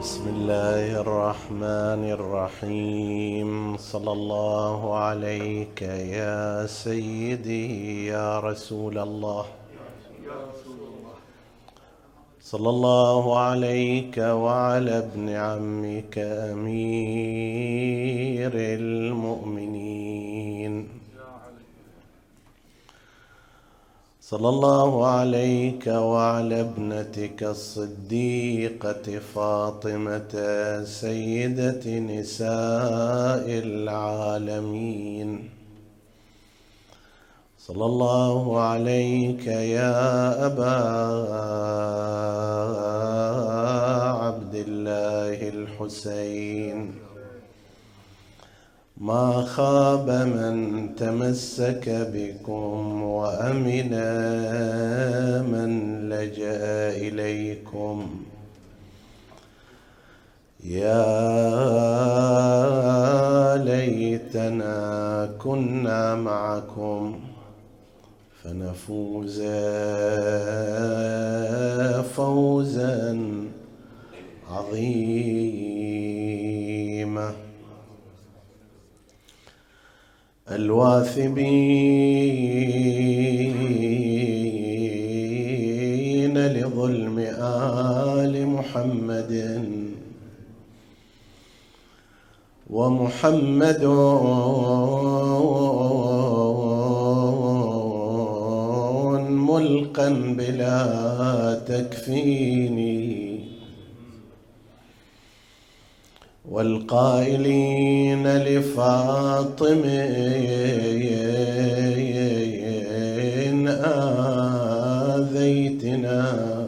بسم الله الرحمن الرحيم. صلى الله عليك يا سيدي يا رسول الله. صلى الله عليك وعلى ابن عمك أمير المؤمنين. صلى الله عليك وعلى ابنتك الصديقة فاطمة سيدة نساء العالمين. صلى الله عليك يا أبا عبد الله الحسين. ما خاب من تمسك بكم وأمن من لجأ إليكم. يا ليتنا كنا معكم فنفوز فوزا عظيما. الواثبين لظلم آل محمد ومحمد ملقا بلا تكفين. والقائلين لفاطم آذيتنا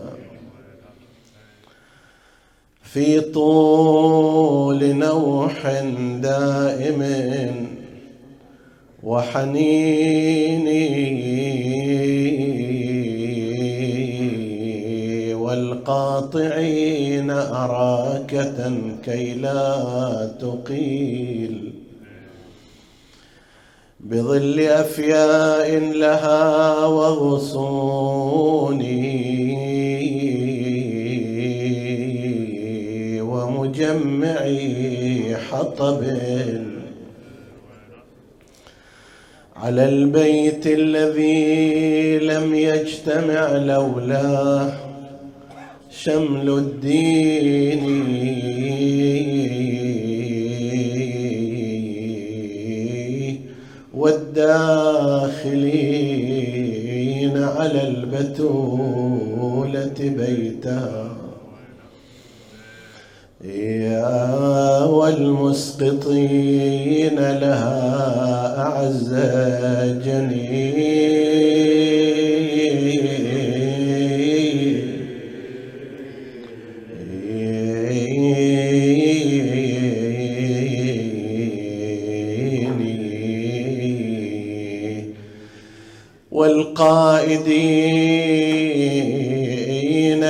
في طول نوح دائم وحنين. والقاطعين أراكة كي لا تقيل بظل أفياء لها وغصون ومجمعي حطب على البيت الذي لم يجتمع لولاه شمل الدين. والداخلين على البتولة بيتها والمسقطين لها أعز جنين. والقائدين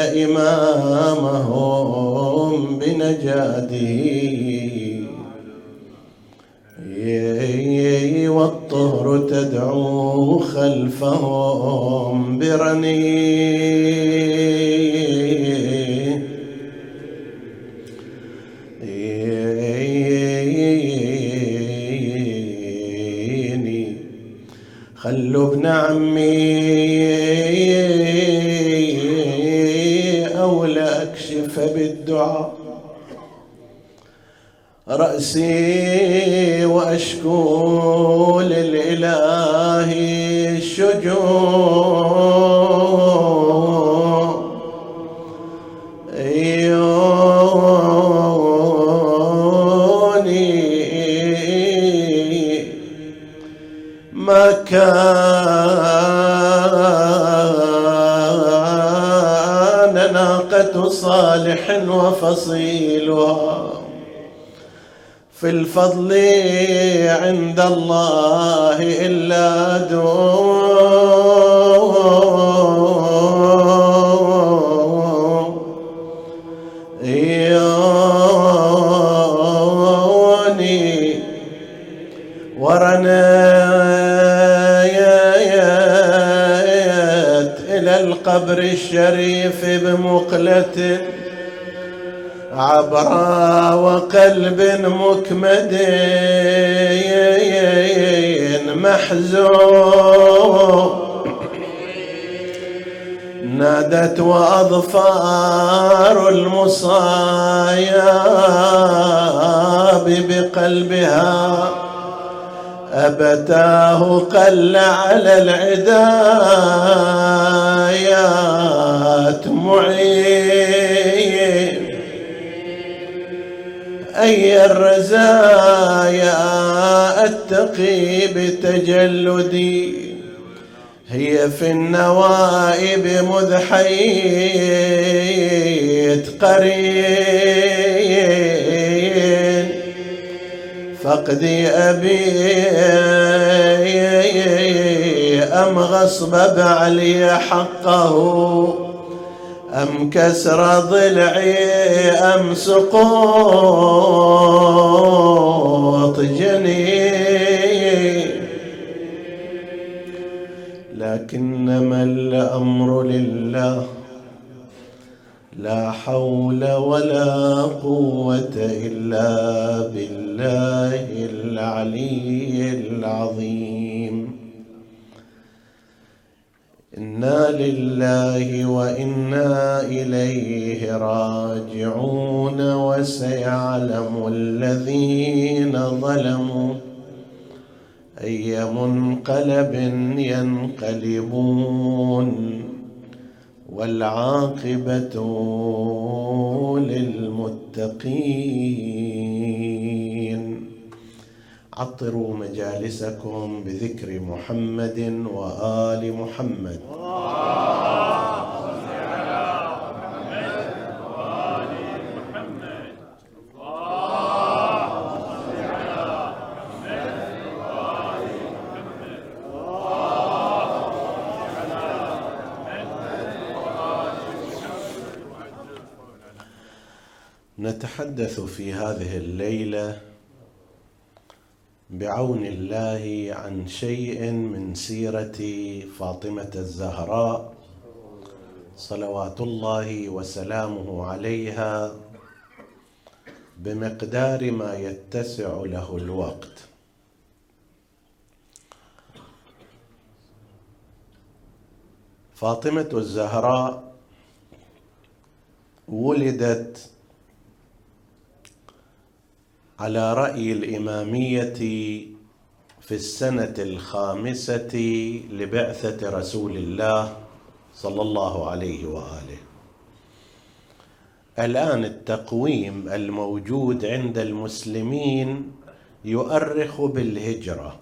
إمامهم بنجاده والطهر تدعو خلفهم برنين. خلوا ابن عمي أولى أكشف بالدعاء رأسي وأشكو للإله الشجوع. ما كان ناقة صالح وفصيلها في الفضل عند الله إلا دوني ورنايت إلى القبر الشريف بمقلة عبرا وقلب مكمد محزون نادت وأظفار المصايب بقلبها أبتاه قل على العدايات معين أي الرزايا أتقي بتجلدي هي في النوائب مذ حييت قرين فقدي أبي أم غصب بعلي حقه أم كسر ضلعي أم سقوط جنين لكنما الأمر لله لا حول ولا قوة إلا بالله العلي العظيم إنا لله وإنا إليه راجعون وسيعلم الذين ظلموا أي منقلب ينقلبون والعاقبة للمتقين. عطروا مجالسكم بذكر محمد وآل محمد. نتحدث في هذه الليلة بعون الله عن شيء من سيرة فاطمة الزهراء صلوات الله وسلامه عليها بمقدار ما يتسع له الوقت. فاطمة الزهراء ولدت على رأي الإمامية في السنة 5 لبعثة رسول الله صلى الله عليه وآله. الآن التقويم الموجود عند المسلمين يؤرخ بالهجرة،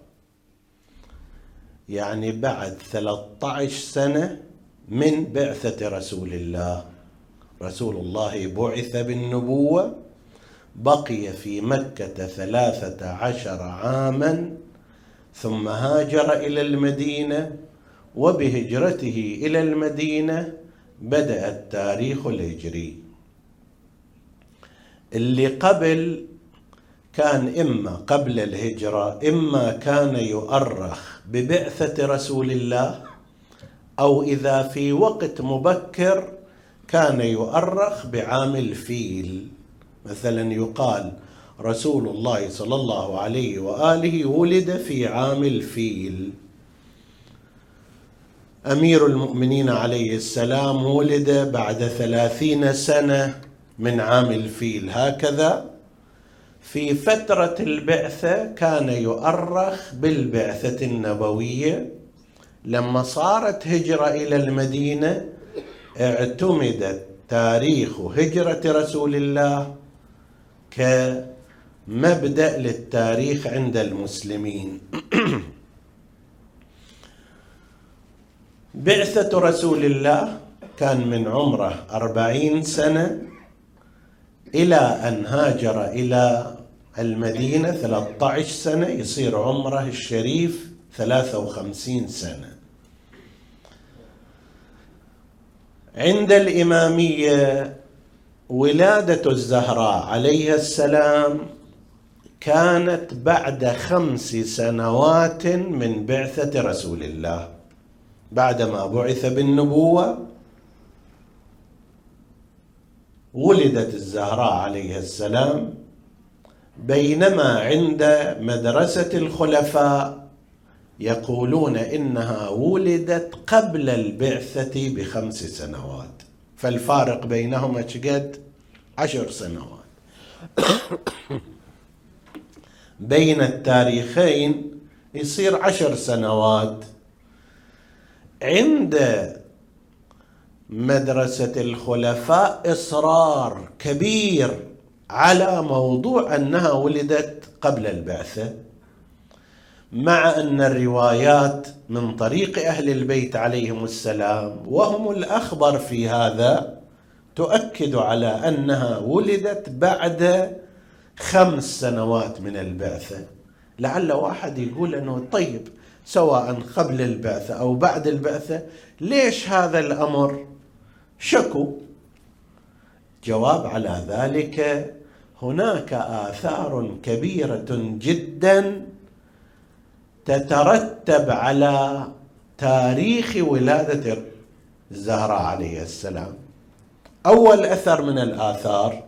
يعني بعد 13 سنة من بعثة رسول الله. رسول الله بعث بالنبوة، بقي في مكة 13 عاما، ثم هاجر إلى المدينة، وبهجرته إلى المدينة بدأ التاريخ الهجري. اللي قبل كان إما قبل الهجرة إما كان يؤرخ ببعثة رسول الله، أو إذا في وقت مبكر كان يؤرخ بعام الفيل. مثلا يقال رسول الله صلى الله عليه وآله ولد في عام الفيل، أمير المؤمنين عليه السلام ولد بعد 30 سنة من عام الفيل. هكذا في فترة البعثة كان يؤرخ بالبعثة النبوية. لما صارت هجرة إلى المدينة اعتمدت تاريخ هجرة رسول الله كمبدأ للتاريخ عند المسلمين. بعثة رسول الله كان من عمره 40 سنة إلى أن هاجر إلى المدينة 13 سنة، يصير عمره الشريف 53 سنة. عند الإمامية ولادة الزهراء عليها السلام كانت بعد 5 سنوات من بعثة رسول الله. بعدما بعث بالنبوة ولدت الزهراء عليه السلام، بينما عند مدرسة الخلفاء يقولون إنها ولدت قبل البعثة ب5 سنوات، فالفارق بينهما شقد 10 سنوات. بين التاريخين يصير 10 سنوات. عند مدرسة الخلفاء إصرار كبير على موضوع أنها ولدت قبل البعثة، مع أن الروايات من طريق أهل البيت عليهم السلام وهم الأخبر في هذا تؤكد على أنها ولدت بعد 5 سنوات من البعثة. لعل واحد يقول أنه طيب سواء قبل البعثة أو بعد البعثة ليش هذا الأمر؟ شكوا. جواب على ذلك: هناك آثار كبيرة جدا تترتب على تاريخ ولادة الزهراء عليه السلام. أول أثر من الآثار: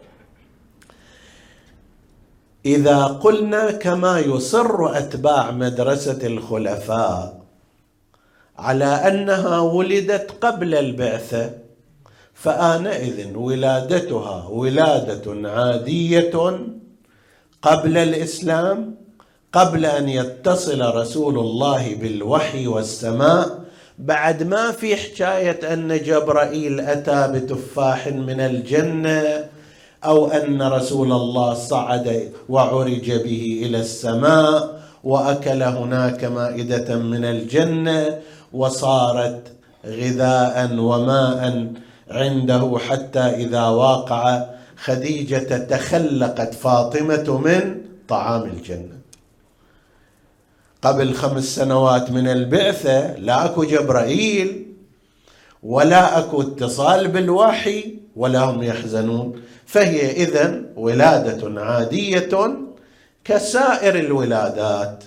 إذا قلنا كما يصر أتباع مدرسة الخلفاء على أنها ولدت قبل البعثة، فآنئذ ولادتها ولادة عادية قبل الإسلام، قبل أن يتصل رسول الله بالوحي والسماء، بعد ما في حكاية أن جبرائيل أتى بتفاح من الجنة، أو أن رسول الله صعد وعرج به إلى السماء وأكل هناك مائدة من الجنة وصارت غذاء وماء عنده، حتى إذا واقع خديجة تخلقت فاطمة من طعام الجنة. قبل 5 سنوات من البعثة لا أكو جبرائيل ولا أكو اتصال بالوحي ولا هم يحزنون، فهي إذن ولادة عادية كسائر الولادات.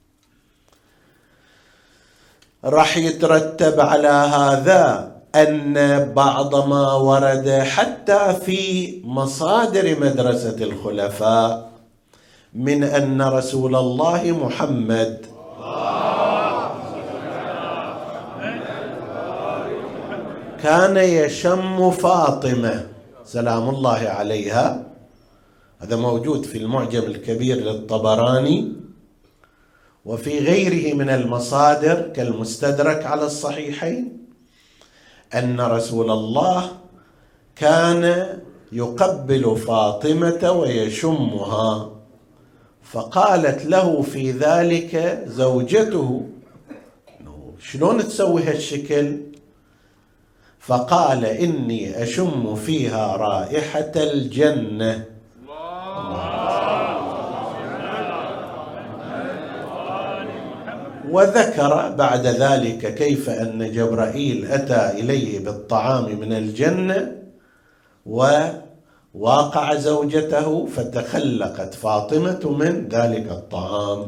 راح يترتب على هذا أن بعض ما ورد حتى في مصادر مدرسة الخلفاء من أن رسول الله محمد كان يشم فاطمة سلام الله عليها، هذا موجود في المعجم الكبير للطبراني وفي غيره من المصادر كالمستدرك على الصحيحين، أن رسول الله كان يقبل فاطمة ويشمها، فقالت له في ذلك زوجته: شلون تسوي هالشكل؟ فقال: إني أشم فيها رائحة الجنة. وذكر بعد ذلك كيف أن جبرائيل أتى إليه بالطعام من الجنة وواقع زوجته فتخلقت فاطمة من ذلك الطعام.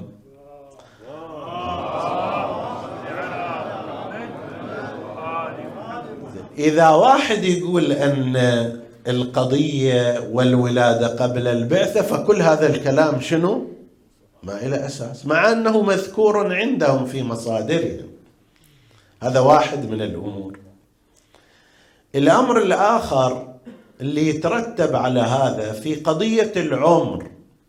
إذا واحد يقول أن القضية والولادة قبل البعثة، فكل هذا الكلام شنو؟ ما إلى أساس، مع أنه مذكور عندهم في مصادرهم. هذا واحد من الأمور. الأمر الآخر اللي يترتب على هذا في قضية العمر،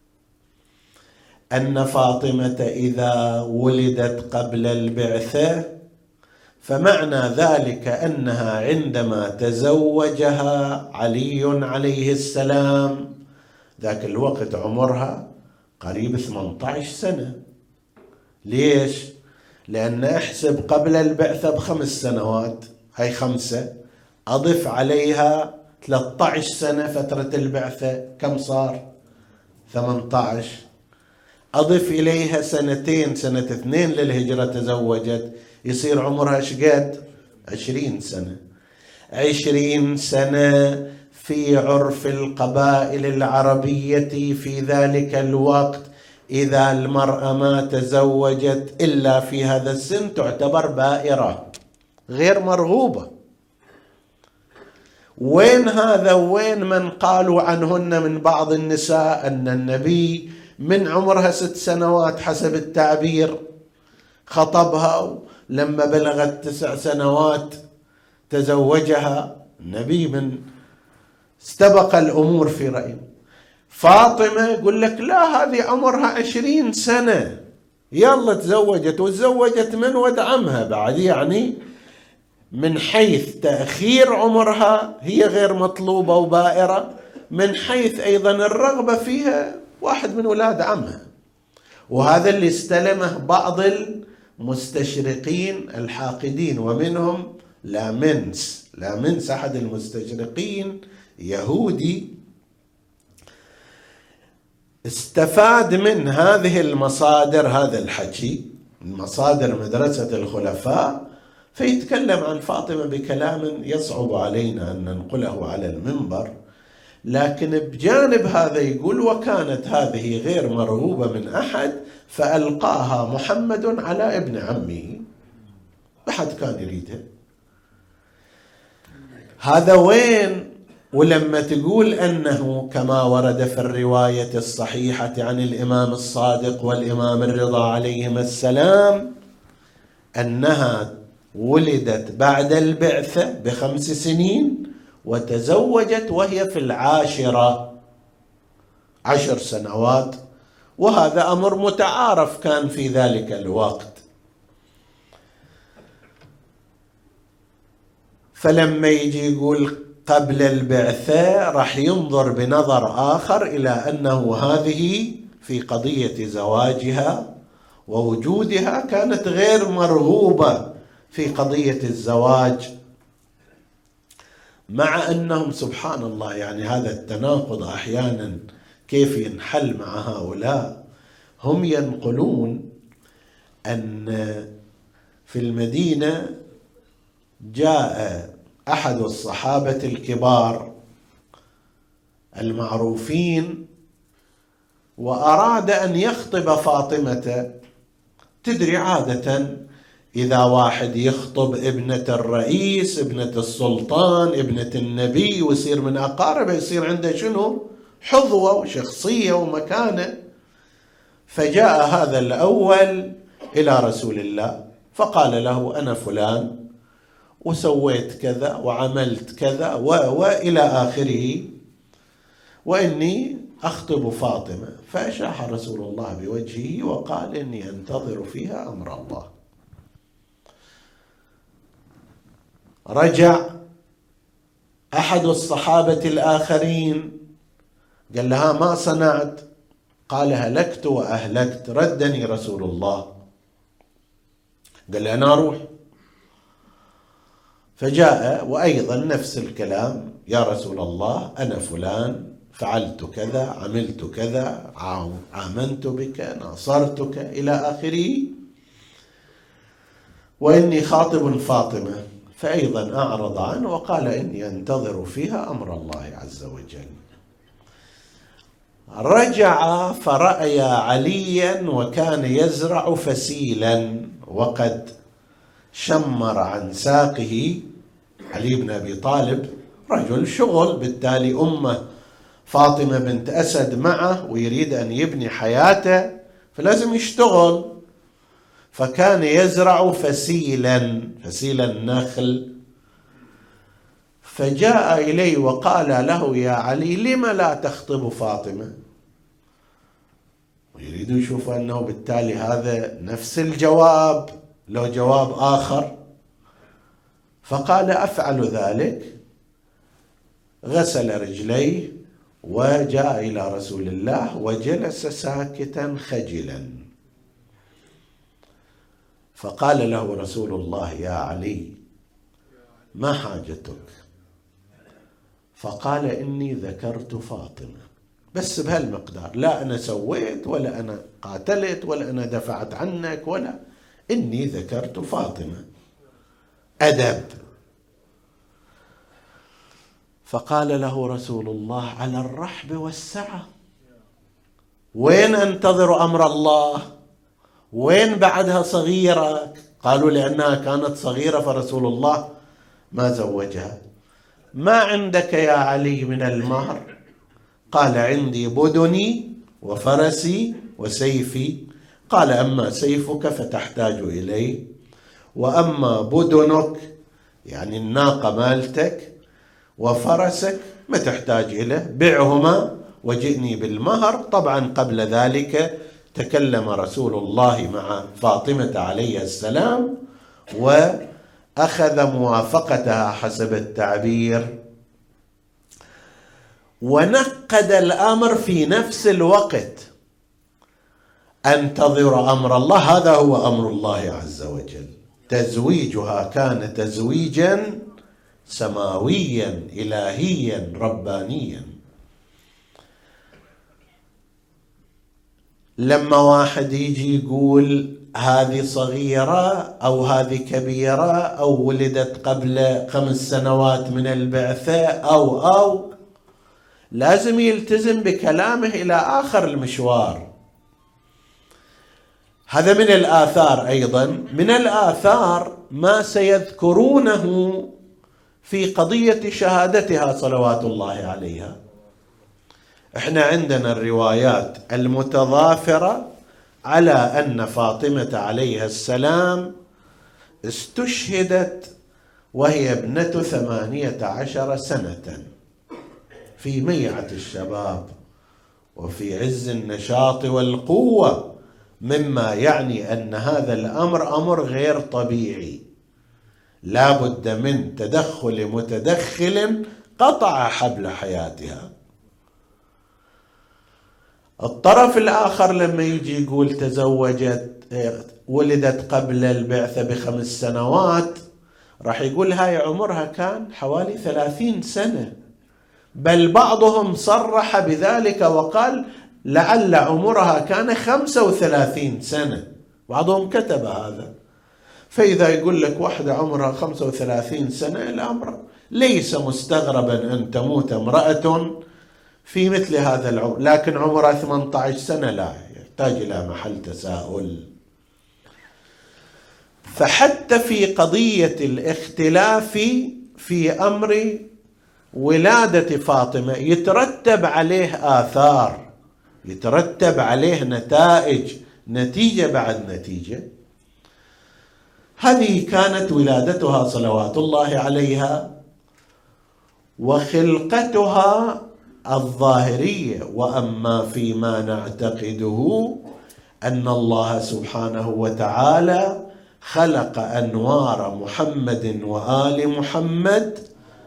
أن فاطمة إذا ولدت قبل البعثة فمعنى ذلك أنها عندما تزوجها علي عليه السلام ذاك الوقت عمرها قريب 18 سنة. ليش؟ لأن احسب قبل البعثة ب5 سنوات، هاي 5، أضف عليها 13 سنة فترة البعثة، كم صار؟ 18. أضف إليها 2 سنة 2 للهجرة تزوجت، يصير عمرها شقد؟ 20 سنة. 20 سنة في عرف القبائل العربية في ذلك الوقت، إذا المرأة ما تزوجت إلا في هذا السن تعتبر بائرة غير مرغوبة. وين هذا؟ وين من قالوا عنهن من بعض النساء أن النبي من عمرها 6 سنوات حسب التعبير خطبها، لما بلغت 9 سنوات تزوجها. النبي من استبق الأمور في رأيه. فاطمة يقول لك لا، هذه عمرها 20 سنة يلا تزوجت، وتزوجت من ولد عمها بعد، يعني من حيث تأخير عمرها هي غير مطلوبة وبائرة، من حيث أيضا الرغبة فيها واحد من أولاد عمها. وهذا اللي استلمه بعض المستشرقين الحاقدين، ومنهم لامنس أحد المستشرقين يهودي استفاد من هذه المصادر، هذا الحكي من مصادر مدرسة الخلفاء، فيتكلم عن فاطمة بكلام يصعب علينا أن ننقله على المنبر. لكن بجانب هذا يقول وكانت هذه غير مرغوبة من أحد فألقاها محمد على ابن عمه، أحد كان يريدها. هذا وين؟ ولما تقول أنه كما ورد في الرواية الصحيحة عن الإمام الصادق والإمام الرضا عليهما السلام أنها ولدت بعد البعثة ب5 سنين وتزوجت وهي في 10 سنوات، وهذا أمر متعارف كان في ذلك الوقت. فلما يجي يقول قبل البعثة راح ينظر بنظر آخر إلى أنه هذه في قضية زواجها ووجودها كانت غير مرغوبة في قضية الزواج، مع أنهم سبحان الله يعني هذا التناقض أحيانا كيف ينحل مع هؤلاء. هم ينقلون أن في المدينة جاء أحد الصحابة الكبار المعروفين وأراد أن يخطب فاطمة. تدري عادة إذا واحد يخطب ابنة الرئيس، ابنة السلطان، ابنة النبي ويصير من أقاربه، يصير عنده شنو؟ حظوة وشخصية ومكانة. فجاء هذا الأول إلى رسول الله فقال له أنا فلان وسويت كذا وعملت كذا وإلى آخره، وإني أخطب فاطمة. فأشاح رسول الله بوجهه وقال إني أنتظر فيها أمر الله. رجع أحد الصحابة الآخرين قال لها ما صنعت؟ قال هلكت وأهلكت، ردني رسول الله. قال لي أنا أروح. فجاء وأيضا نفس الكلام، يا رسول الله أنا فلان فعلت كذا عملت كذا آمنت بك ناصرتك إلى آخره، وإني خاطب فاطمة. فأيضا أعرض عنه وقال إني أنتظر فيها أمر الله عز وجل. رجع فرأى عليا وكان يزرع فسيلا وقد شمر عن ساقه. علي بن أبي طالب رجل شغل، بالتالي أمه فاطمة بنت أسد معه ويريد أن يبني حياته فلازم يشتغل، فكان يزرع فسيل النخل. فجاء إليه وقال له يا علي لم لا تخطب فاطمة؟ ويريد يشوف أنه بالتالي هذا نفس الجواب لو جواب آخر. فقال أفعل ذلك. غسل رجليه وجاء إلى رسول الله وجلس ساكتا خجلا. فقال له رسول الله يا علي ما حاجتك؟ فقال إني ذكرت فاطمة، بس بهالمقدار، لا أنا سويت ولا أنا قاتلت ولا أنا دفعت عنك، ولا إني ذكرت فاطمة. أدب. فقال له رسول الله على الرحب والسعة، وين أنتظر أمر الله؟ وين بعدها صغيرة؟ قالوا لأنها كانت صغيرة فرسول الله ما زوجها. ما عندك يا علي من المهر؟ قال عندي بدني وفرسي وسيفي. قال أما سيفك فتحتاج إليه، وأما بدنك يعني الناقة مالتك وفرسك ما تحتاج إليه، بعهما وجئني بالمهر. طبعا قبل ذلك تكلم رسول الله مع فاطمة عليه السلام وأخذ موافقتها حسب التعبير، ونقد الأمر في نفس الوقت. أنتظر أمر الله، هذا هو أمر الله عز وجل. تزويجها كان تزويجا سماويا إلهيا ربانيا. لما واحد يجي يقول هذه صغيرة أو هذه كبيرة أو ولدت قبل 5 سنوات من البعثة أو لازم يلتزم بكلامه إلى آخر المشوار. هذا من الآثار. أيضا من الآثار ما سيذكرونه في قضية شهادتها صلوات الله عليها. احنا عندنا الروايات المتضافرة على أن فاطمة عليها السلام استشهدت وهي ابنة 18 سنة في ميعة الشباب وفي عز النشاط والقوة، مما يعني أن هذا الأمر أمر غير طبيعي، لا بد من تدخل متدخل قطع حبل حياتها. الطرف الآخر لما يجي يقول تزوجت ولدت قبل البعثة ب5 سنوات، راح يقول هاي عمرها كان حوالي 30 سنة، بل بعضهم صرح بذلك وقال لعل عمرها كان 35 سنة، بعضهم كتب هذا. فإذا يقول لك واحدة عمرها 35 سنة الأمر ليس مستغربا أن تموت امرأة في مثل هذا العمر، لكن عمرها 18 سنة لا، يحتاج إلى محل تساؤل. فحتى في قضية الاختلاف في أمر ولادة فاطمة يترتب عليه آثار، يترتب عليه نتائج، نتيجة بعد نتيجة. هذه كانت ولادتها صلوات الله عليها وخلقتها الظاهرية. وأما فيما نعتقده أن الله سبحانه وتعالى خلق أنوار محمد وآل محمد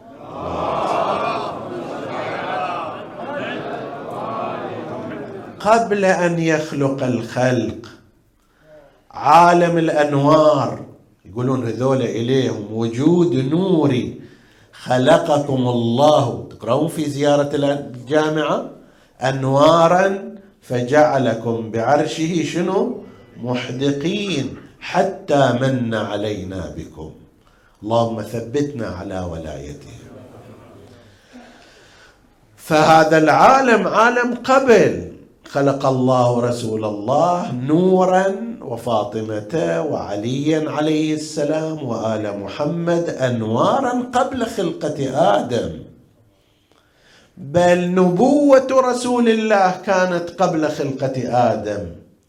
قبل أن يخلق الخلق. عالم الأنوار يقولون هذول إليهم وجود نوري، خلقكم الله، تقرأون في زيارة الجامعة، أنوارا فجعلكم بعرشه شنو محدقين حتى من علينا بكم، اللهم ثبتنا على ولايته. فهذا العالم عالم قبل خلق الله رسول الله نورا وفاطمة وعليا عليه السلام وآل محمد أنوارا قبل خلقة آدم، بل نبوة رسول الله كانت قبل خلقة آدم.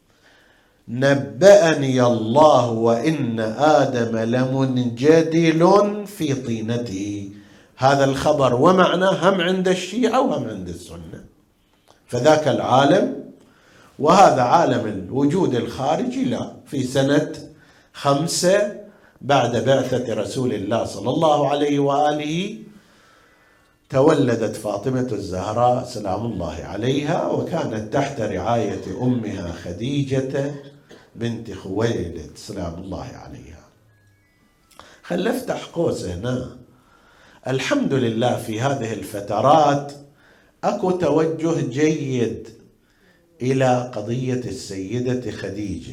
نبأني الله وإن آدم لمنجدل في طينته، هذا الخبر ومعناه هم عند الشيعة وهم عند السنة. فذاك العالم وهذا عالم الوجود الخارجي لا. في سنة 5 بعد بعثة رسول الله صلى الله عليه وآله تولدت فاطمة الزهراء سلام الله عليها، وكانت تحت رعاية أمها خديجة بنت خويلد سلام الله عليها. خلنا نفتح قوس هنا. الحمد لله في هذه الفترات أكو توجه جيد إلى قضية السيدة خديجة،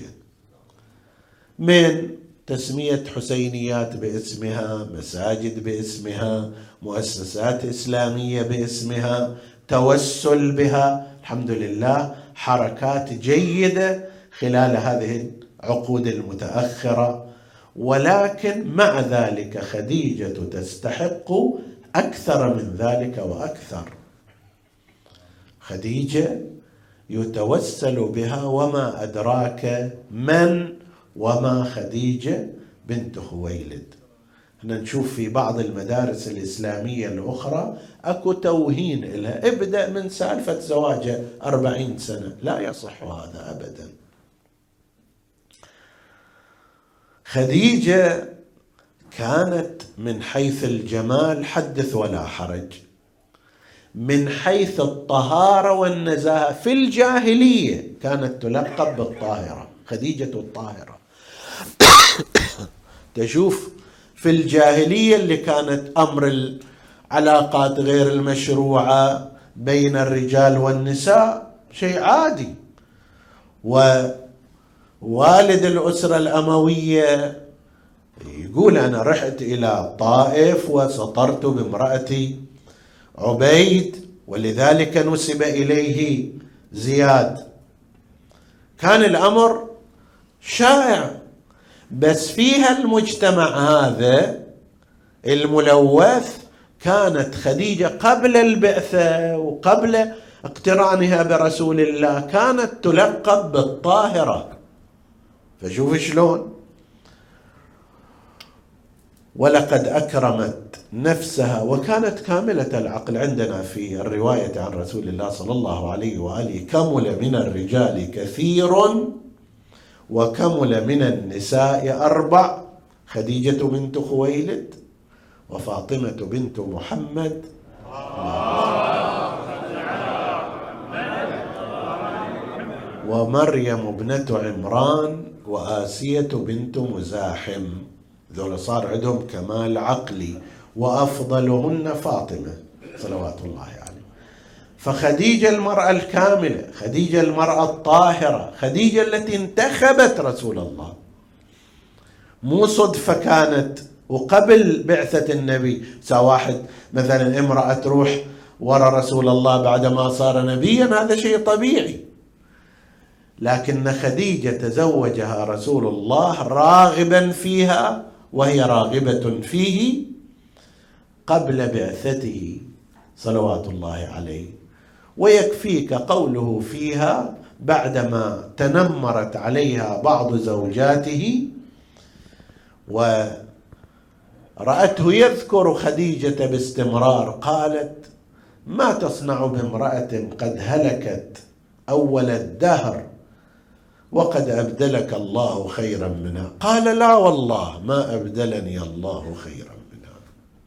من تسمية حسينيات باسمها، مساجد باسمها، مؤسسات إسلامية باسمها، توسل بها. الحمد لله حركات جيدة خلال هذه العقود المتأخرة. ولكن مع ذلك خديجة تستحق أكثر من ذلك وأكثر. خديجة يتوسل بها، وما أدراك من وما خديجة بنت خويلد. احنا نشوف في بعض المدارس الإسلامية الأخرى أكو توهين لها، ابدأ من سالفة زواجه 40 سنة، لا يصح هذا أبدا. خديجة كانت من حيث الجمال حدث ولا حرج، من حيث الطهارة والنزاهة في الجاهلية كانت تلقب بالطاهرة، خديجة الطاهرة. تشوف في الجاهلية اللي كانت أمر العلاقات غير المشروعة بين الرجال والنساء شيء عادي، ووالد الأسرة الأموية يقول أنا رحت إلى الطائف وسطرت بامرأتي عبيد، ولذلك نسب إليه زياد. كان الأمر شائع، بس فيها المجتمع هذا الملوث كانت خديجة قبل البعثة وقبل اقترانها برسول الله كانت تلقب بالطاهرة. فشوف شلون، ولقد أكرمت نفسها وكانت كاملة العقل. عندنا في الرواية عن رسول الله صلى الله عليه وآله: كمل من الرجال كثير وكمل من النساء 4: خديجة بنت خويلد، وفاطمة بنت محمد، ومريم ابنة عمران، وآسية بنت مزاحم. ذولا صار عندهم كمال عقلي، وأفضلهن فاطمة صلوات الله عليه. فخديجة المرأة الكاملة، خديجة المرأة الطاهرة، خديجة التي انتخبت رسول الله، مو صدفة كانت. وقبل بعثة النبي واحد مثلا امرأة تروح وراء رسول الله بعدما صار نبيا، هذا شيء طبيعي، لكن خديجة تزوجها رسول الله راغبا فيها وهي راغبة فيه قبل بعثته صلوات الله عليه. ويكفيك قوله فيها بعدما تنمرت عليها بعض زوجاته ورأته يذكر خديجة باستمرار، قالت: ما تصنع بامرأة قد هلكت أول الدهر وقد أبدلك الله خيرا منها؟ قال: لا والله ما أبدلني الله خيرا منها.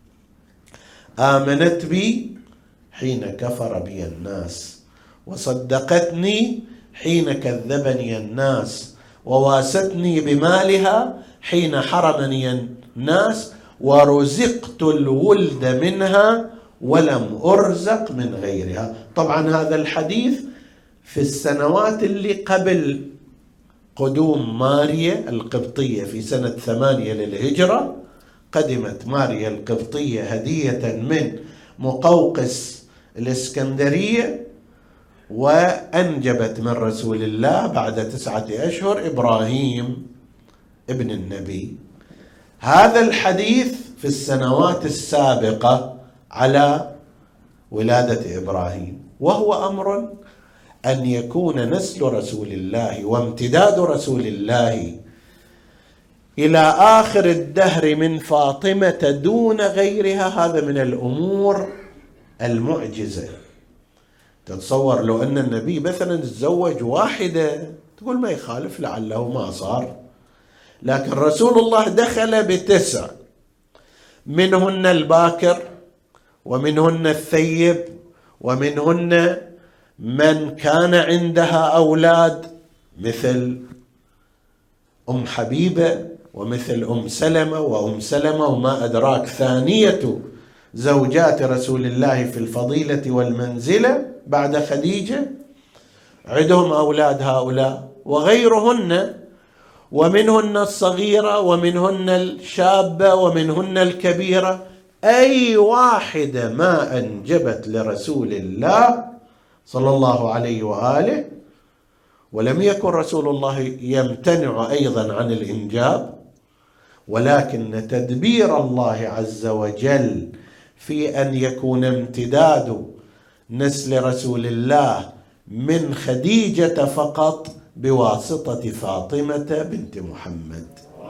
آمنت بي حين كفر بي الناس، وصدقتني حين كذبني الناس، وواستني بمالها حين حرمني الناس، ورزقت الولد منها ولم أرزق من غيرها. طبعا هذا الحديث في السنوات اللي قبل قدوم ماريا القبطية في سنة 8 للهجرة. قدمت ماريا القبطية هدية من مقوقس الإسكندرية، وأنجبت من رسول الله بعد 9 أشهر إبراهيم ابن النبي. هذا الحديث في السنوات السابقة على ولادة إبراهيم، وهو أمر أن يكون نسل رسول الله وامتداد رسول الله إلى آخر الدهر من فاطمة دون غيرها، هذا من الأمور المعجزة. تتصور لو أن النبي مثلا تزوج واحدة تقول ما يخالف، لعله ما صار، لكن رسول الله دخل ب9، منهن الباكر ومنهن الثيب ومنهن من كان عندها أولاد مثل أم حبيبة ومثل أم سلمة وأم سلمة، وما أدراك ثانية زوجات رسول الله في الفضيلة والمنزلة بعد خديجة، عندهم أولاد هؤلاء وغيرهن، ومنهن الصغيرة ومنهن الشابة ومنهن الكبيرة. أي واحدة ما أنجبت لرسول الله صلى الله عليه وآله، ولم يكن رسول الله يمتنع أيضا عن الإنجاب، ولكن تدبير الله عز وجل في أن يكون امتداد نسل رسول الله من خديجة فقط بواسطة فاطمة بنت محمد.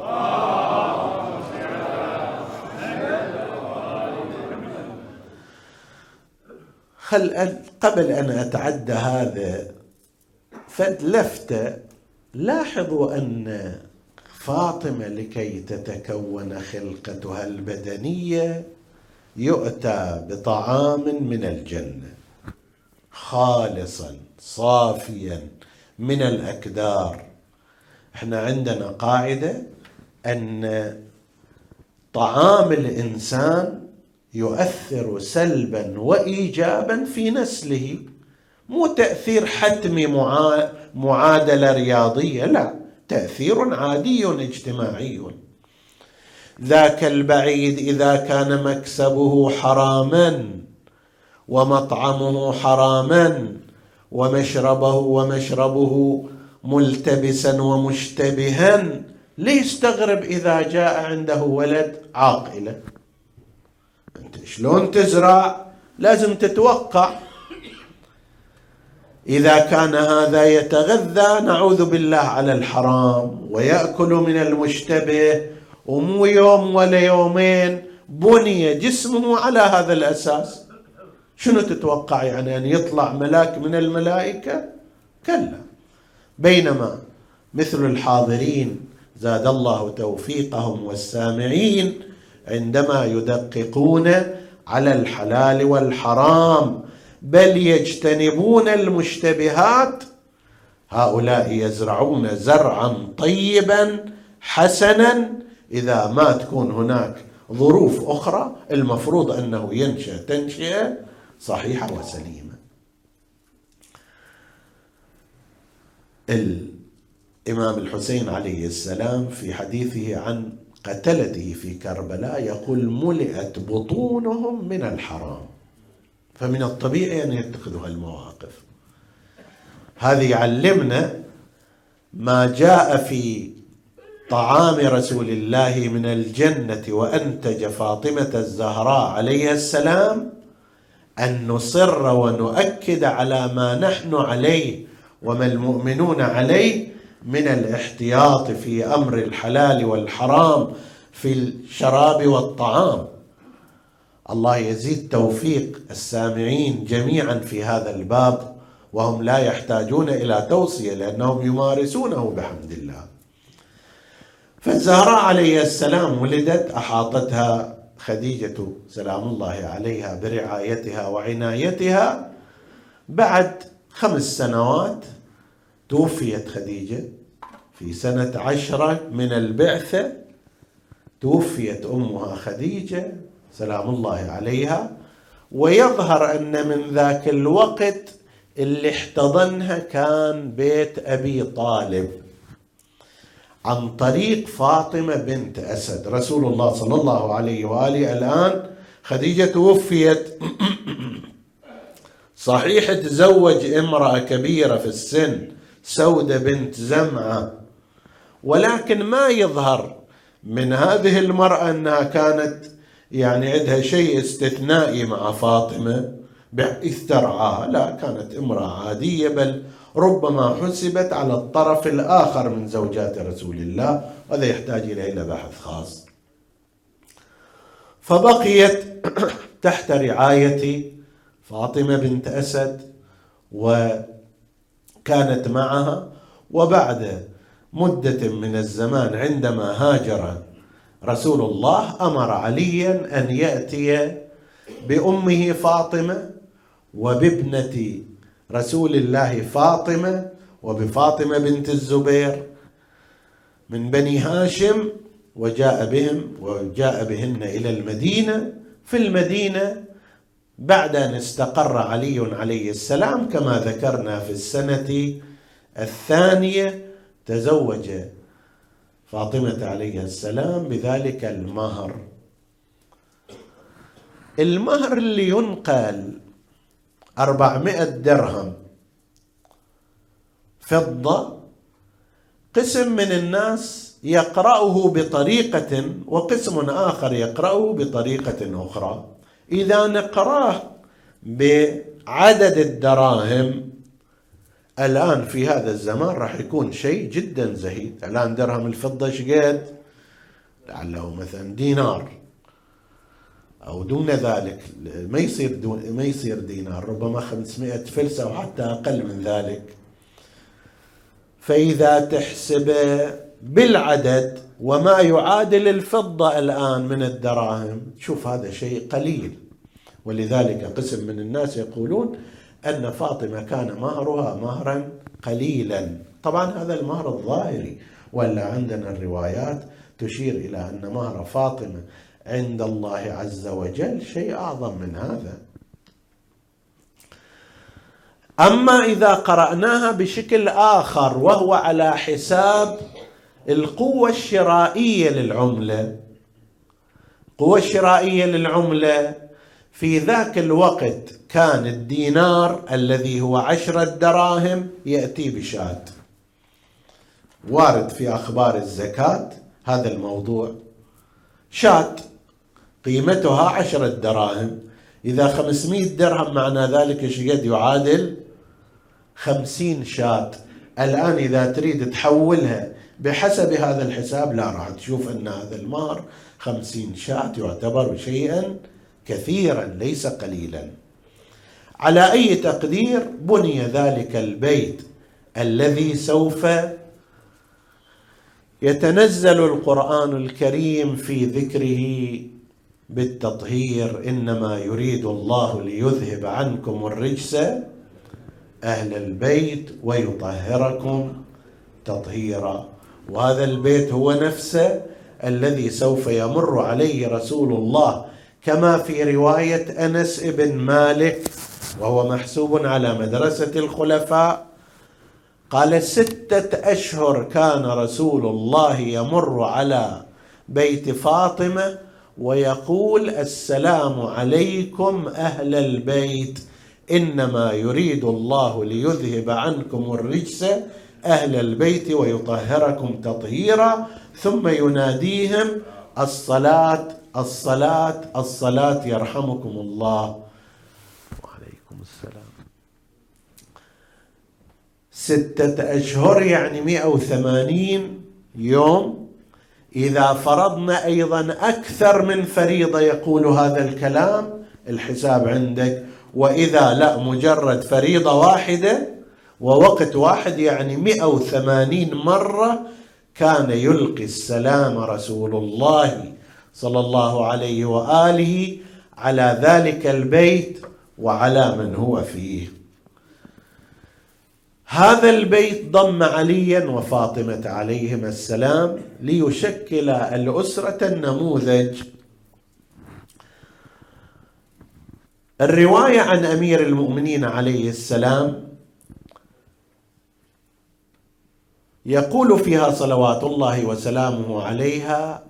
قبل أن أتعدى هذا فلفتة، لاحظوا أن فاطمة لكي تتكون خلقتها البدنية يؤتى بطعام من الجنة خالصا صافيا من الأكدار. احنا عندنا قاعدة أن طعام الإنسان يؤثر سلبا وإيجابا في نسله، مو تأثير حتمي معادلة رياضية، لا، تأثير عادي اجتماعي. ذاك البعيد إذا كان مكسبه حراما ومطعمه حراما ومشربه ملتبسا ومشتبها، ليستغرب إذا جاء عنده ولد عاقلة. أنت شلون تزرع؟ لازم تتوقع. إذا كان هذا يتغذى نعوذ بالله على الحرام ويأكل من المشتبه، ومو يوم ولا يومين بني جسمه على هذا الأساس، شنو تتوقع؟ يعني أن يطلع ملاك من الملائكة؟ كلا. بينما مثل الحاضرين زاد الله توفيقهم والسامعين عندما يدققون على الحلال والحرام بل يجتنبون المشتبهات، هؤلاء يزرعون زرعا طيبا حسنا. إذا ما تكون هناك ظروف أخرى المفروض أنه ينشأ تنشئة صحيحة وسليمة. الإمام الحسين عليه السلام في حديثه عن قتلته في كربلاء يقول: ملئت بطونهم من الحرام. فمن الطبيعي أن يتخذوا المواقف. هذه يعلمنا ما جاء في طعام رسول الله من الجنة وأنتج فاطمة الزهراء عليه السلام، أن نصر ونؤكد على ما نحن عليه وما المؤمنون عليه من الاحتياط في أمر الحلال والحرام في الشراب والطعام. الله يزيد توفيق السامعين جميعا في هذا الباب، وهم لا يحتاجون إلى توصية لأنهم يمارسونه بحمد الله. فالزهراء عليه السلام ولدت، أحاطتها خديجة سلام الله عليها برعايتها وعنايتها. بعد 5 سنوات توفيت خديجة. في سنة 10 من البعثة توفيت أمها خديجة سلام الله عليها. ويظهر أن من ذاك الوقت اللي احتضنها كان بيت أبي طالب عن طريق فاطمة بنت أسد. رسول الله صلى الله عليه وآله الآن خديجة توفيت، صحيح تزوج امرأة كبيرة في السن سودة بنت زمعة، ولكن ما يظهر من هذه المرأة أنها كانت يعني عندها شيء استثنائي مع فاطمة بحيث ترعاها، لا، كانت امرأة عادية، بل ربما حسبت على الطرف الآخر من زوجات رسول الله، وهذا يحتاج إلى بحث خاص. فبقيت تحت رعاية فاطمة بنت أسد وكانت معها. وبعد مدة من الزمان عندما هاجر رسول الله أمر عليا أن يأتي بأمه فاطمة وبابنة رسول الله فاطمة وبفاطمة بنت الزبير من بني هاشم، وجاء بهن إلى المدينة. في المدينة بعد أن استقر علي عليه السلام كما ذكرنا في السنة 2 تزوج فاطمة عليه السلام بذلك المهر. المهر اللي ينقل 400 درهم فضة. قسم من الناس يقرأه بطريقة وقسم آخر يقرأه بطريقة أخرى. إذا نقراه بعدد الدراهم الآن في هذا الزمان راح يكون شيء جدا زهيد. الآن درهم الفضة شقد؟ لعله مثلا دينار أو دون ذلك، ما يصير دينار، ربما 500 فلس أو حتى أقل من ذلك. فإذا تحسب بالعدد وما يعادل الفضة الآن من الدراهم، شوف هذا شيء قليل. ولذلك قسم من الناس يقولون أن فاطمة كان مهرها مهرا قليلا. طبعا هذا المهر الظاهري، ولا عندنا الروايات تشير إلى أن مهر فاطمة عند الله عز وجل شيء أعظم من هذا. أما إذا قرأناها بشكل آخر وهو على حساب القوة الشرائية للعملة، القوة الشرائية للعملة في ذاك الوقت كان الدينار الذي هو 10 دراهم يأتي بشاة. وارد في أخبار الزكاة هذا الموضوع، شاة قيمتها 10 دراهم، إذا 500 درهم معنى ذلك ايش قد يعادل؟ 50 شاة. الآن إذا تريد تحولها بحسب هذا الحساب، لا، راح تشوف أن هذا المهر 50 شاة يعتبر شيئا كثيرا ليس قليلا. على أي تقدير بني ذلك البيت الذي سوف يتنزل القرآن الكريم في ذكره بالتطهير: إنما يريد الله ليذهب عنكم الرجس أهل البيت ويطهركم تطهيرا. وهذا البيت هو نفسه الذي سوف يمر عليه رسول الله، كما في رواية أنس بن مالك وهو محسوب على مدرسة الخلفاء، قال 6 أشهر كان رسول الله يمر على بيت فاطمة ويقول: السلام عليكم أهل البيت، إنما يريد الله ليذهب عنكم الرجس أهل البيت ويطهركم تطهيرا، ثم يناديهم: الصلاة الصلاة الصلاة يرحمكم الله. وعليكم السلام. 6 أشهر يعني 180 يوم. إذا فرضنا أيضا أكثر من فريضة يقول هذا الكلام، الحساب عندك. وإذا لا، مجرد فريضة واحدة ووقت واحد، يعني 180 مرة كان يلقي السلام رسول الله صلى الله عليه وآله على ذلك البيت وعلى من هو فيه. هذا البيت ضم عليا وفاطمة عليهما السلام ليشكل الأسرة النموذج. الرواية عن أمير المؤمنين عليه السلام يقول فيها صلوات الله وسلامه عليها: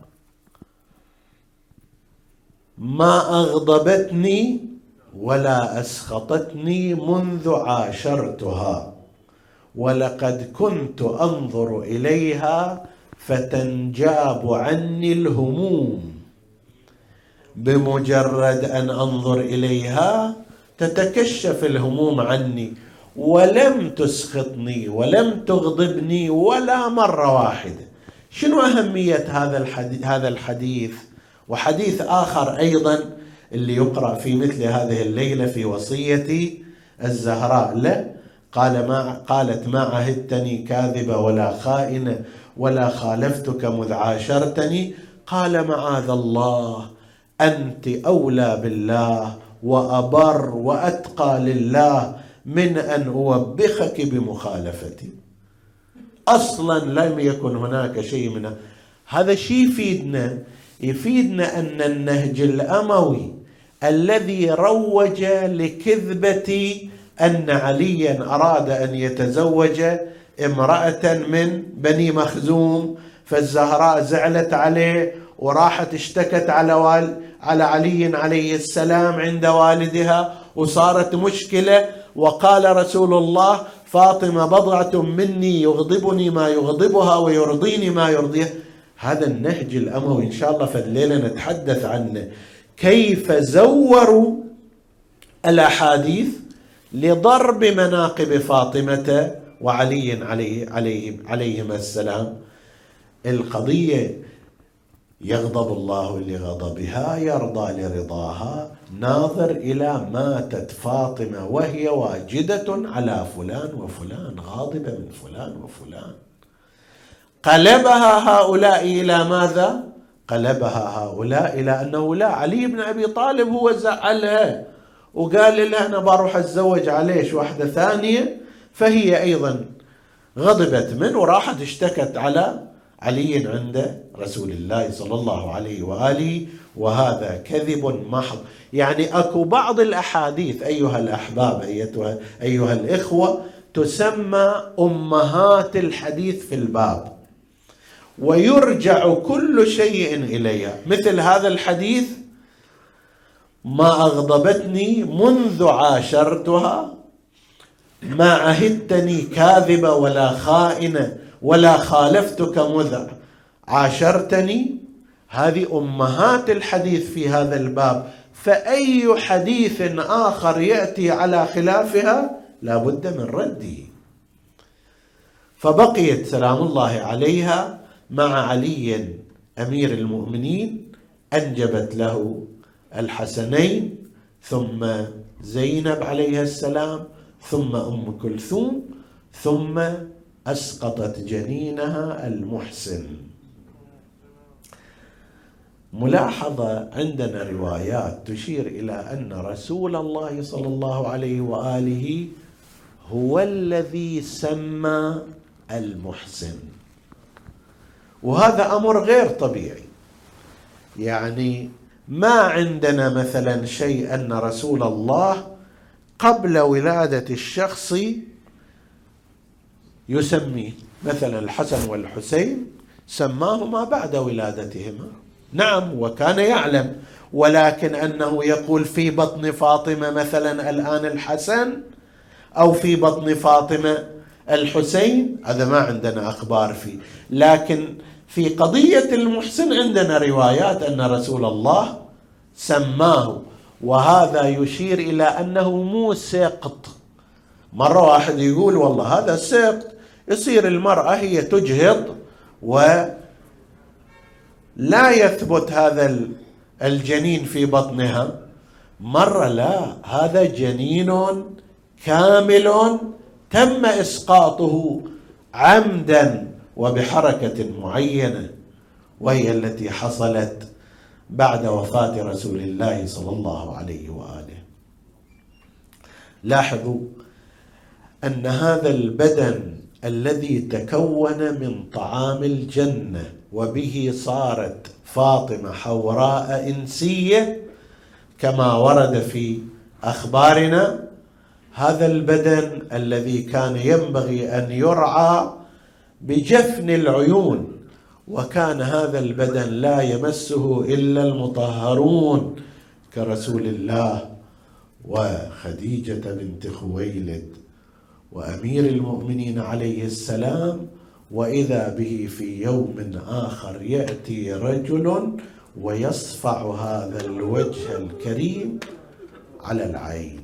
ما أغضبتني ولا أسخطتني منذ عاشرتها، ولقد كنت أنظر إليها فتنجاب عني الهموم. بمجرد أن أنظر إليها تتكشف الهموم عني، ولم تسخطني ولم تغضبني ولا مرة واحدة. شنو أهمية هذا الحديث؟ وحديث آخر أيضا اللي يقرأ في مثل هذه الليلة في وصية الزهراء له، قالت: ما عهدتني كاذبة ولا خائنة ولا خالفتك مذ عاشرتني. قال: معاذ الله، أنت أولى بالله وأبر وأتقى لله من أن أوبخك بمخالفتي. أصلا لم يكن هناك شيء من هذا. شيء يفيدنا أن النهج الأموي الذي روج لكذبة أن عليا أراد أن يتزوج امرأة من بني مخزوم، فالزهراء زعلت عليه وراحت اشتكت على علي عليه السلام عند والدها، وصارت مشكلة. وقال رسول الله: فاطمة بضعة مني يغضبني ما يغضبها ويرضيني ما يرضيها. هذا النهج الأموي إن شاء الله في الليلة نتحدث عنه، كيف زوروا الأحاديث لضرب مناقب فاطمة وعلي عليهما السلام. القضية يغضب الله لغضبها، يرضى لرضاها. ناظر إلى ماتت فاطمة وهي واجدة على فلان وفلان، غاضبة من فلان وفلان. قلبها هؤلاء إلى ماذا؟ قلبها هؤلاء إلى أنه لا، علي بن أبي طالب هو زعلها وقال لها أنا بروح أتزوج عليش واحدة ثانية، فهي أيضا غضبت منه وراحت اشتكت على علي عند رسول الله صلى الله عليه وآله، وهذا كذب محض. يعني أكو بعض الأحاديث أيها الأحباب أيها الإخوة تسمى أمهات الحديث في الباب، ويرجع كل شيء إليها. مثل هذا الحديث: ما أغضبتني منذ عاشرتها، ما عهدتني كاذبة ولا خائنة ولا خالفتك مذ عاشرتني. هذه أمهات الحديث في هذا الباب، فأي حديث آخر يأتي على خلافها لا بد من رده. فبقيت سلام الله عليها مع علي أمير المؤمنين، أنجبت له الحسنين، ثم زينب عليها السلام، ثم أم كلثوم، ثم أسقطت جنينها المحسن. ملاحظة: عندنا روايات تشير إلى أن رسول الله صلى الله عليه وآله هو الذي سمى المحسن، وهذا أمر غير طبيعي. يعني ما عندنا مثلا شيء أن رسول الله قبل ولادة الشخص يسميه، مثلا الحسن والحسين سماهما بعد ولادتهما، نعم وكان يعلم، ولكن أنه يقول في بطن فاطمة مثلا الآن الحسن أو في بطن فاطمة الحسين، هذا ما عندنا أخبار فيه. لكن في قضية المحسن عندنا روايات أن رسول الله سماه، وهذا يشير إلى أنه مو سقط. مرة واحد يقول والله هذا سقط، يصير المرأة هي تجهض ولا يثبت هذا الجنين في بطنها، مرة لا، هذا جنين كامل تم إسقاطه عمدا وبحركة معينة، وهي التي حصلت بعد وفاة رسول الله صلى الله عليه وآله. لاحظوا أن هذا البدن الذي تكون من طعام الجنة وبه صارت فاطمة حوراء إنسية كما ورد في أخبارنا، هذا البدن الذي كان ينبغي أن يرعى بجفن العيون، وكان هذا البدن لا يمسه إلا المطهرون كرسول الله وخديجة بنت خويلد وأمير المؤمنين عليه السلام. وإذا به في يوم آخر يأتي رجل ويصفع هذا الوجه الكريم على العين،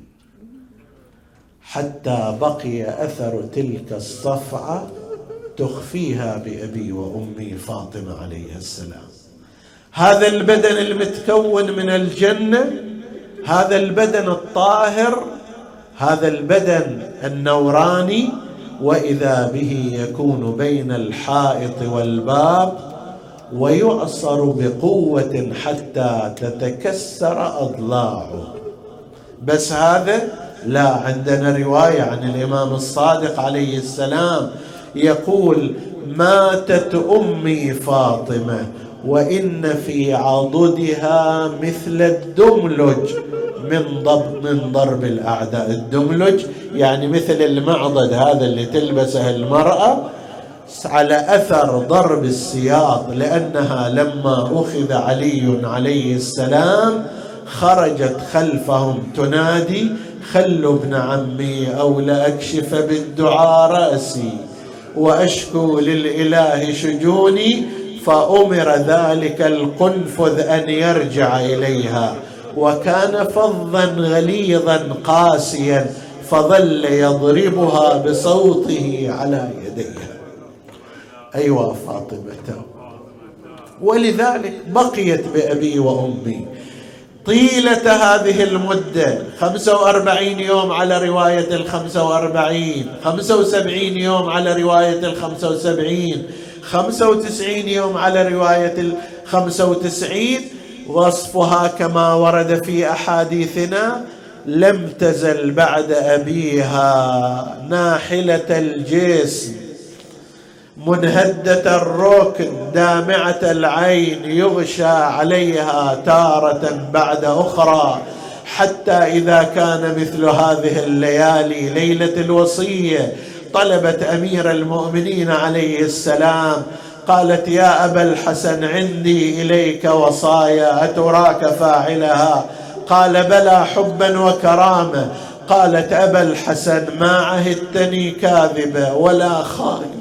حتى بقي أثر تلك الصفعة تخفيها بأبي وأمي فاطمة عليه السلام. هذا البدن المتكون من الجنة، هذا البدن الطاهر، هذا البدن النوراني، وإذا به يكون بين الحائط والباب ويعصر بقوة حتى تتكسر أضلاعه. بس هذا لا، عندنا رواية عن الإمام الصادق عليه السلام يقول: ماتت أمي فاطمة وإن في عضدها مثل الدملج من ضرب الأعداء. الدملج يعني مثل المعضد هذا اللي تلبسه المرأة على أثر ضرب السياط، لأنها لما أخذ علي عليه السلام خرجت خلفهم تنادي: خلوا ابن عمي أو لأكشف بالدعاء رأسي وأشكو للإله شجوني، فأمر ذلك القنفذ أن يرجع إليها وكان فظا غليظا قاسيا، فظل يضربها بصوته على يديها. أيوة فاطمة. ولذلك بقيت بأبي وأمي طيلة هذه المدة، 45 يوم على رواية 45، 75 يوم على رواية 75، 95 يوم على رواية 95. وصفها كما ورد في أحاديثنا: لم تزل بعد أبيها ناحلة الجسم، منهدة الركن، دامعة العين، يغشى عليها تارة بعد أخرى، حتى إذا كان مثل هذه الليالي ليلة الوصية طلبت أمير المؤمنين عليه السلام، قالت: يا أبا الحسن، عندي إليك وصايا، أتراك فاعلها؟ قال: بلى، حبا وكرامة. قالت: أبا الحسن، ما عهدتني كاذبة ولا خائنة،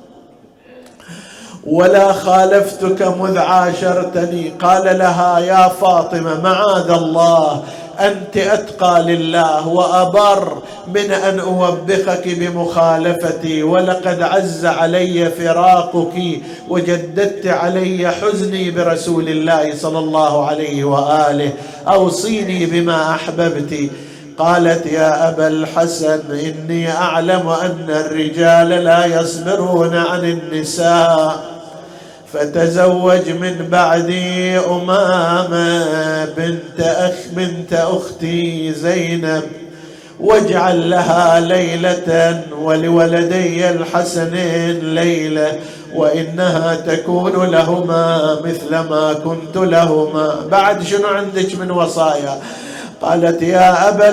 ولا خالفتك مذ عاشرتني. قال لها: يا فاطمة، معاذ الله، أنت أتقى لله وأبر من أن أوبخك بمخالفتي، ولقد عز علي فراقك وجددت علي حزني برسول الله صلى الله عليه وآله، أوصيني بما أحببت. قالت: يا أبا الحسن، إني أعلم أن الرجال لا يصبرون عن النساء، فتزوج من بعدي أمامة بنت أختي زينب، واجعل لها ليلة ولولدي الحسنين ليلة، وإنها تكون لهما مثل ما كنت لهما. بعد شنو عندك من وصايا؟ قالت: يا أبا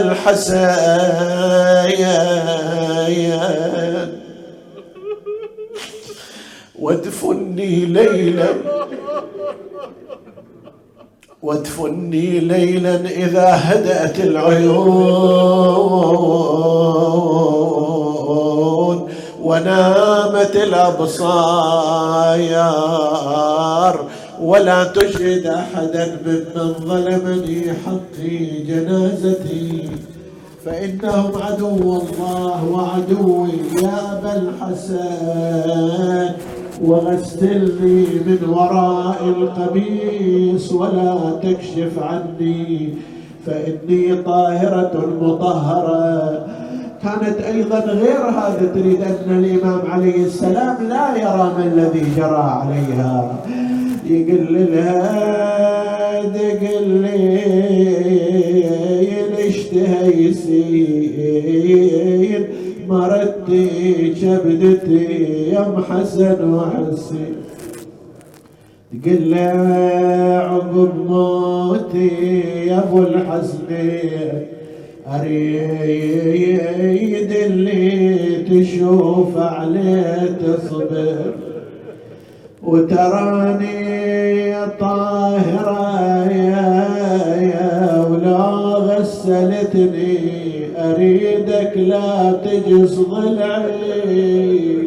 الحسن، وادفني ليلا إذا هدأت العيون ونامت الأبصار، ولا تشهد أحدا ممن ظلمني حقي جنازتي، فإنهم عدو الله وعدوي. يا أبا الحسن، وغسلني من وراء القميص ولا تكشف عني، فإني طاهرة مطهرة. كانت أيضا غير هذا تريد أن الإمام عليه السلام لا يرى ما الذي جرى عليها. يقول لها: دق الليل اشتهي يسير، مرتي كبدتي يم حسن وحسين. تقول له: عقب موتي يا ابو الحسنين، اريد اللي تشوف عليه تصبر، وتراني طاهرة يا ولا غسلتني، أريدك لا تجس ضلعي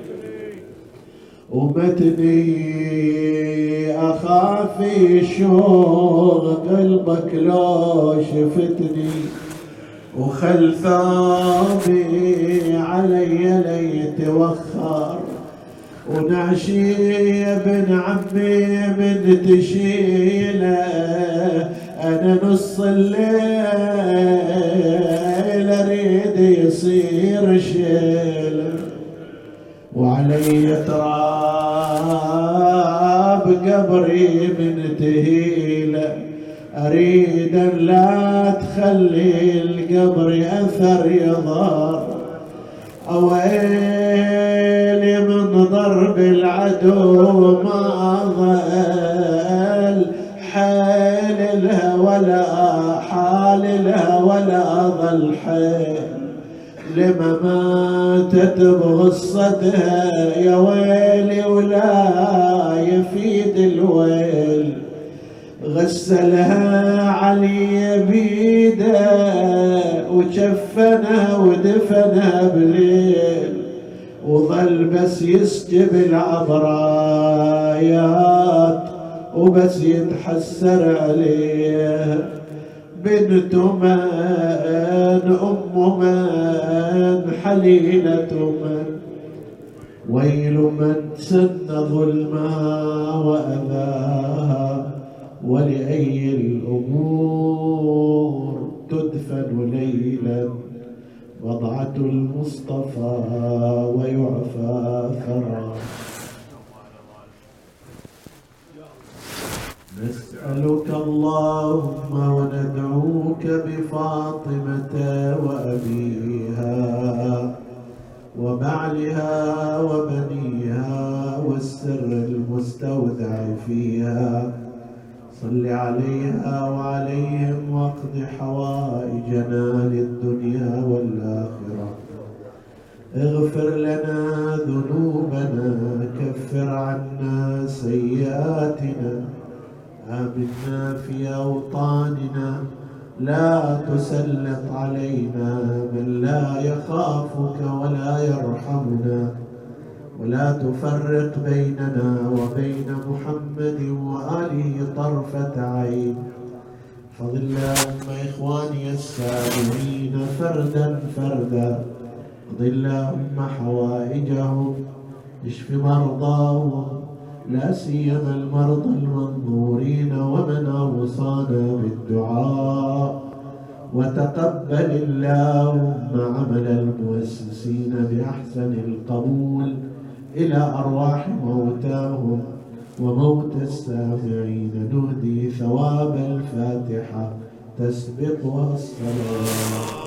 ومتني، أخاف يشوق قلبك لو شفتني، وخل ثوبي علي ليتوخر، ونعشي يا ابن عمي من تشيله، أنا نص الليل أريد يصير شيله، وعلي تراب قبري من تهيله، أريد أن لا تخلي القبر أثر يضار، أويلي من ضرب العدو ما ظل حال لها ولا حال لها ولا ظل حال، لما ماتت بغصتها يا ويلي ولا يفيد الويل، غسلها علي بيده وشفنها ودفنها بليل، وظل بس يسجب العبرايات وبس يتحسر عليه. بنت من أم من حليلة من ويل من سن ظلمها وأذاها ولأي الأمور تدفن ليلا وضعة المصطفى ويعفى ثرى. نسألك اللهم وندعوك بفاطمة وأبيها وبعلها وبنيها والسر المستودع فيها، صل عليها وعليهم واقض حوائجنا للدنيا والآخرة. اغفر لنا ذنوبنا، كفر عنا سيئاتنا، آمنا في أوطاننا، لا تسلط علينا من لا يخافك ولا يرحمنا، ولا تفرق بيننا وبين محمد وآله طرفة عين. احفظ اللهم إخواني السامعين فردا فردا، اقض اللهم حوائجهم، اشف مرضاهم، لا سيما المرضى المنظورين ومن أوصانا بالدعاء، وتقبل اللهم عمل المؤسسين بأحسن القبول إلى أرواح موتاهم وموتى السامعين. نهدي ثواب الفاتحة تسبقها الصلاة.